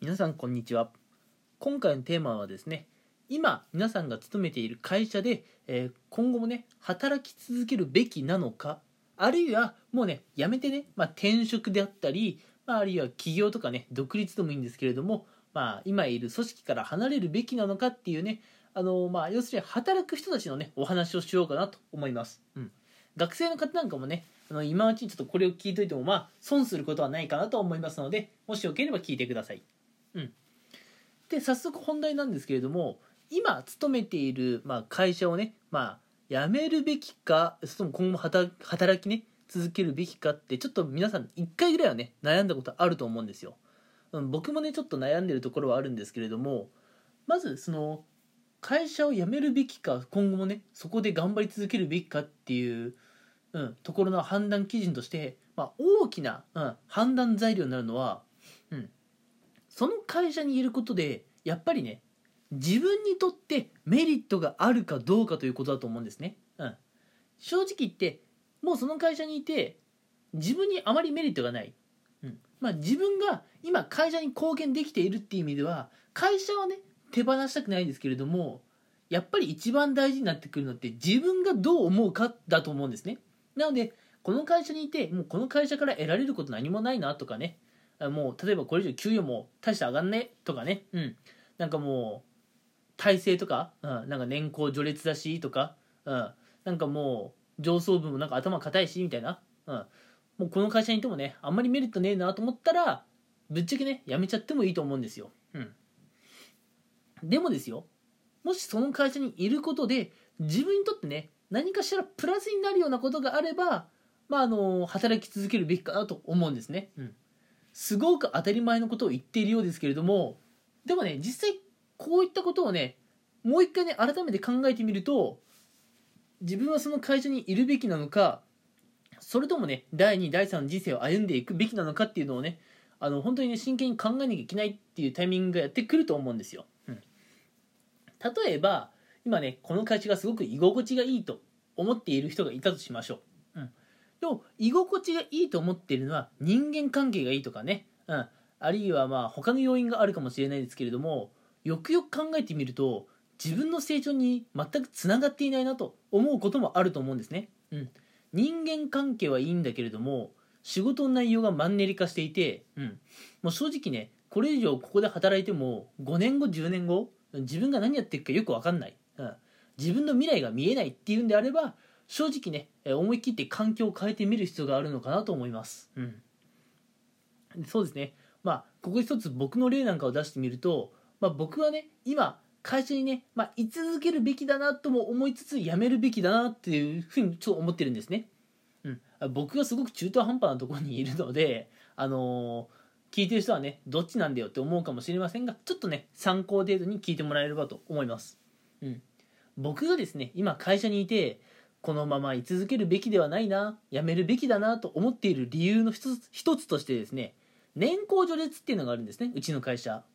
皆さんこんにちは。今回のテーマはですね、今皆さんが勤めている会社で、今後もね働き続けるべきなのか、あるいはもうね辞めてね、転職であったり、あるいは起業とかね独立でもいいんですけれども、今いる組織から離れるべきなのかっていうね、要するに働く人たちのねお話をしようかなと思います。学生の方なんかもね、今のうちにちょっとこれを聞いといても損することはないかなと思いますので、もしよければ聞いてください。で早速本題なんですけれども、今勤めている、会社をね、辞めるべきか、それとも今後働きね続けるべきかって、ちょっと皆さん1回ぐらいはね悩んだことあると思うんですよ。僕もねちょっと悩んでるところはあるんですけれども、まずその会社を辞めるべきか、今後もねそこで頑張り続けるべきかっていう、ところの判断基準として、大きな、判断材料になるのは、その会社にいることでやっぱりね自分にとってメリットがあるかどうかということだと思うんですね。正直言ってもうその会社にいて自分にあまりメリットがない、自分が今会社に貢献できているっていう意味では会社はね手放したくないですけれども、やっぱり一番大事になってくるのって自分がどう思うかだと思うんですね。なのでこの会社にいてもうこの会社から得られること何もないなとかね、もう例えばこれ以上給与も大して上がんねとかね、なんかもう体制とか、なんか年功序列だしとか、なんかもう上層部もなんか頭固いしみたいな、もうこの会社にいてもねあんまりメリットねえなと思ったらぶっちゃけね辞めちゃってもいいと思うんですよ。でもですよ、もしその会社にいることで自分にとってね何かしらプラスになるようなことがあれば、働き続けるべきかなと思うんですね。すごく当たり前のことを言っているようですけれども、でもね実際こういったことをねもう一回ね改めて考えてみると、自分はその会社にいるべきなのか、それともね第2第3の人生を歩んでいくべきなのかっていうのをね、本当にね真剣に考えなきゃいけないっていうタイミングがやってくると思うんですよ。例えば今ねこの会社がすごく居心地がいいと思っている人がいたとしましょう。でも居心地がいいと思っているのは人間関係がいいとかね、あるいは他の要因があるかもしれないですけれども、よくよく考えてみると自分の成長に全くつながっていないなと思うこともあると思うんですね。人間関係はいいんだけれども仕事の内容がマンネリ化していて、もう正直ねこれ以上ここで働いても5年後10年後自分が何やってるかよく分かんない、自分の未来が見えないっていうんであれば、正直ね思い切って環境を変えてみる必要があるのかなと思います。そうですね。ここ一つ僕の例なんかを出してみると、僕はね今会社にね、居続けるべきだなとも思いつつ辞めるべきだなっていうふうにちょっと思ってるんですね。僕がすごく中途半端なところにいるので、聞いてる人はねどっちなんだよって思うかもしれませんが、ちょっとね参考程度に聞いてもらえればと思います。僕がですね今会社にいてこのまま居続けるべきではないな、辞めるべきだなと思っている理由の一つとしてですね、年功序列っていうのがあるんですね、うちの会社。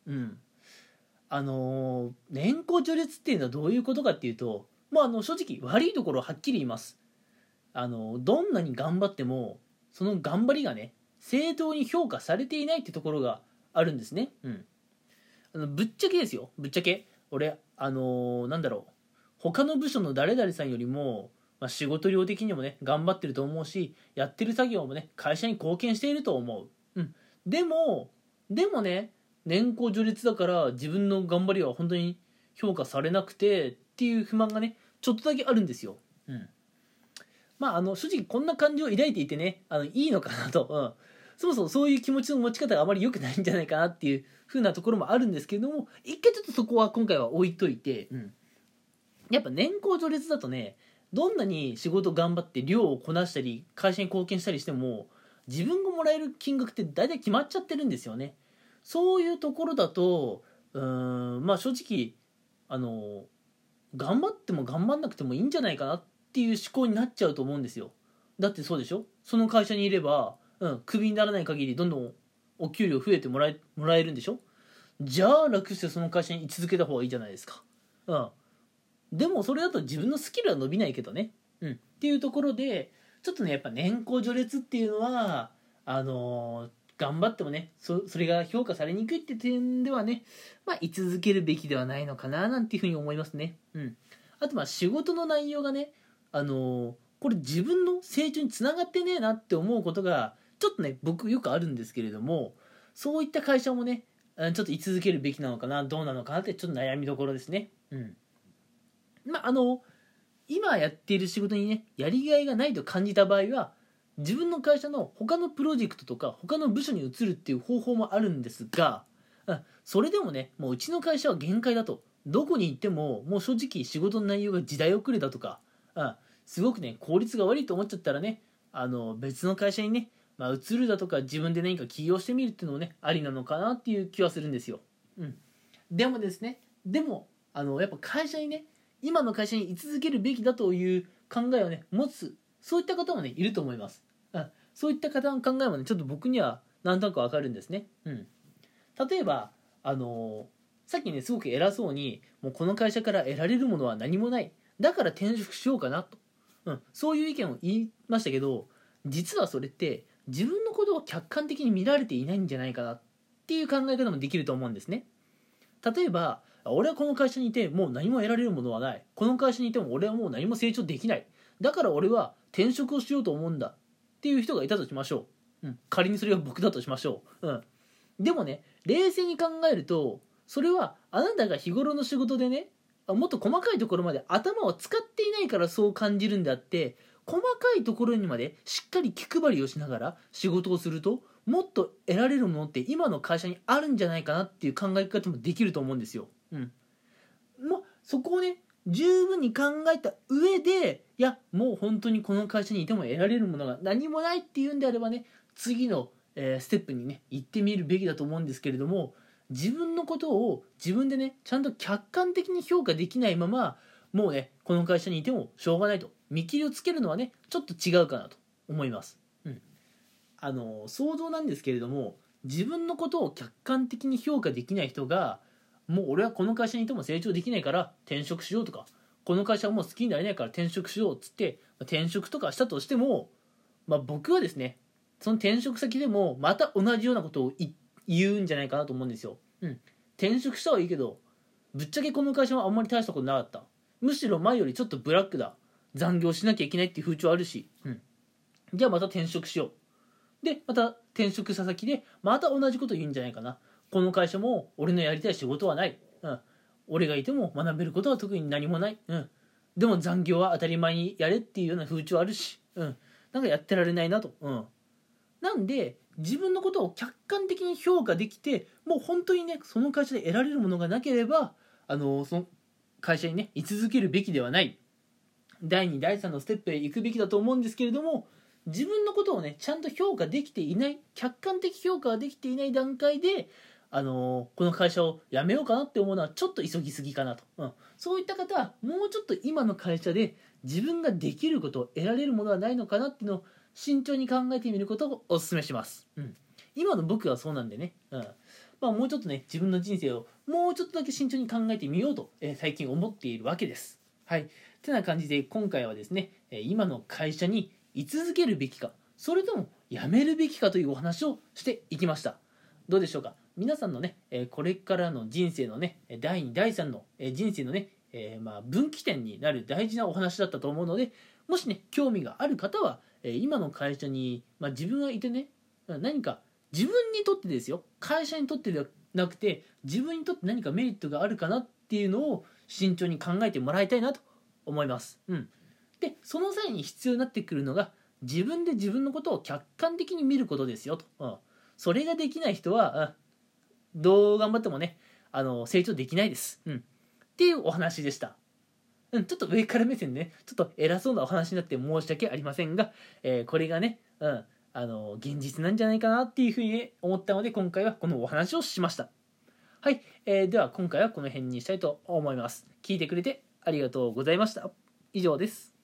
年功序列っていうのはどういうことかっていうと、正直悪いところをはっきり言います。どんなに頑張ってもその頑張りがね正当に評価されていないってところがあるんですね。ぶっちゃけですよ、ぶっちゃけ俺なんだろう、他の部署の誰々さんよりも、仕事量的にもね頑張ってると思うし、やってる作業もね会社に貢献していると思う。でもね年功序列だから自分の頑張りは本当に評価されなくてっていう不満がねちょっとだけあるんですよ。正直こんな感情を抱いていてねいいのかなと、そもそもそういう気持ちの持ち方があまり良くないんじゃないかなっていう風なところもあるんですけれども、一回ちょっとそこは今回は置いといて、やっぱ年功序列だとね、どんなに仕事頑張って量をこなしたり会社に貢献したりしても自分がもらえる金額って大体決まっちゃってるんですよね。そういうところだと正直頑張っても頑張んなくてもいいんじゃないかなっていう思考になっちゃうと思うんですよ。だってそうでしょ、その会社にいれば、クビにならない限りどんどんお給料増えてもらえるんでしょ。じゃあ楽してその会社に居続けた方がいいじゃないですか。でもそれだと自分のスキルは伸びないけどね、っていうところでちょっとねやっぱ年功序列っていうのは頑張ってもねそれが評価されにくいって点ではね、居続けるべきではないのかななんていうふうに思いますね。あと仕事の内容がね、これ自分の成長につながってねえなって思うことがちょっとね僕よくあるんですけれども、そういった会社もねちょっと居続けるべきなのかなどうなのかなってちょっと悩みどころですね。今やっている仕事にねやりがいがないと感じた場合は、自分の会社の他のプロジェクトとか他の部署に移るっていう方法もあるんですが、それでもねもううちの会社は限界だと、どこに行ってももう正直仕事の内容が時代遅れだとか、すごくね効率が悪いと思っちゃったらね別の会社にね、移るだとか自分で何か起業してみるっていうのもねありなのかなっていう気はするんですよ。でもですね、やっぱ会社にね今の会社に居続けるべきだという考えをね持つ、そういった方もねいると思います。そういった方の考えもねちょっと僕にはなんとなくわかるんですね。例えばさっきねすごく偉そうにもうこの会社から得られるものは何もない、だから転職しようかなと、そういう意見を言いましたけど、実はそれって自分のことを客観的に見られていないんじゃないかなっていう考え方もできると思うんですね。例えば俺はこの会社にいてもう何も得られるものはない、この会社にいても俺はもう何も成長できない、だから俺は転職をしようと思うんだっていう人がいたとしましょう。仮にそれが僕だとしましょう。でもね冷静に考えると、それはあなたが日頃の仕事でねもっと細かいところまで頭を使っていないからそう感じるんであって、細かいところにまでしっかり気配りをしながら仕事をするともっと得られるものって今の会社にあるんじゃないかなっていう考え方もできると思うんですよ。そこをね十分に考えた上で、いやもう本当にこの会社にいても得られるものが何もないっていうんであればね、次の、ステップにね行ってみるべきだと思うんですけれども、自分のことを自分でねちゃんと客観的に評価できないまま、もうねこの会社にいてもしょうがないと見切りをつけるのはねちょっと違うかなと思います。想像なんですけれども、自分のことを客観的に評価できない人がもう俺はこの会社にいても成長できないから転職しようとか、この会社はもう好きになれないから転職しようっつって転職とかしたとしても、僕はですねその転職先でもまた同じようなことを言うんじゃないかなと思うんですよ。転職したはいいけどぶっちゃけこの会社はあんまり大したことなかった、むしろ前よりちょっとブラックだ、残業しなきゃいけないっていう風潮あるし、じゃあまた転職しようで、また転職した先でまた同じこと言うんじゃないかな。この会社も俺のやりたい仕事はない、俺がいても学べることは特に何もない、でも残業は当たり前にやれっていうような風潮あるし、なんかやってられないなと、なんで自分のことを客観的に評価できて、もう本当にねその会社で得られるものがなければその会社にね居続けるべきではない、第2第3のステップへ行くべきだと思うんですけれども、自分のことをねちゃんと評価できていない、客観的評価ができていない段階でこの会社を辞めようかなって思うのはちょっと急ぎすぎかなと、そういった方はもうちょっと今の会社で自分ができること、得られるものはないのかなっていうのを慎重に考えてみることをお勧めします。今の僕はそうなんでね、もうちょっとね自分の人生をもうちょっとだけ慎重に考えてみようと、最近思っているわけです。てな感じで今回はですね、今の会社に居続けるべきかそれとも辞めるべきかというお話をしていきました。どうでしょうか。皆さんのねこれからの人生のね第2第3の人生のね分岐点になる大事なお話だったと思うので、もしね興味がある方は今の会社に、自分がいてね何か自分にとってですよ、会社にとってではなくて自分にとって何かメリットがあるかなっていうのを慎重に考えてもらいたいなと思います。でその際に必要になってくるのが自分で自分のことを客観的に見ることですよと、それができない人は、どう頑張ってもね成長できないです、っていうお話でした。ちょっと上から目線でねちょっと偉そうなお話になって申し訳ありませんが、これがね、現実なんじゃないかなっていうふうに思ったので今回はこのお話をしました。では今回はこの辺にしたいと思います。聞いてくれてありがとうございました。以上です。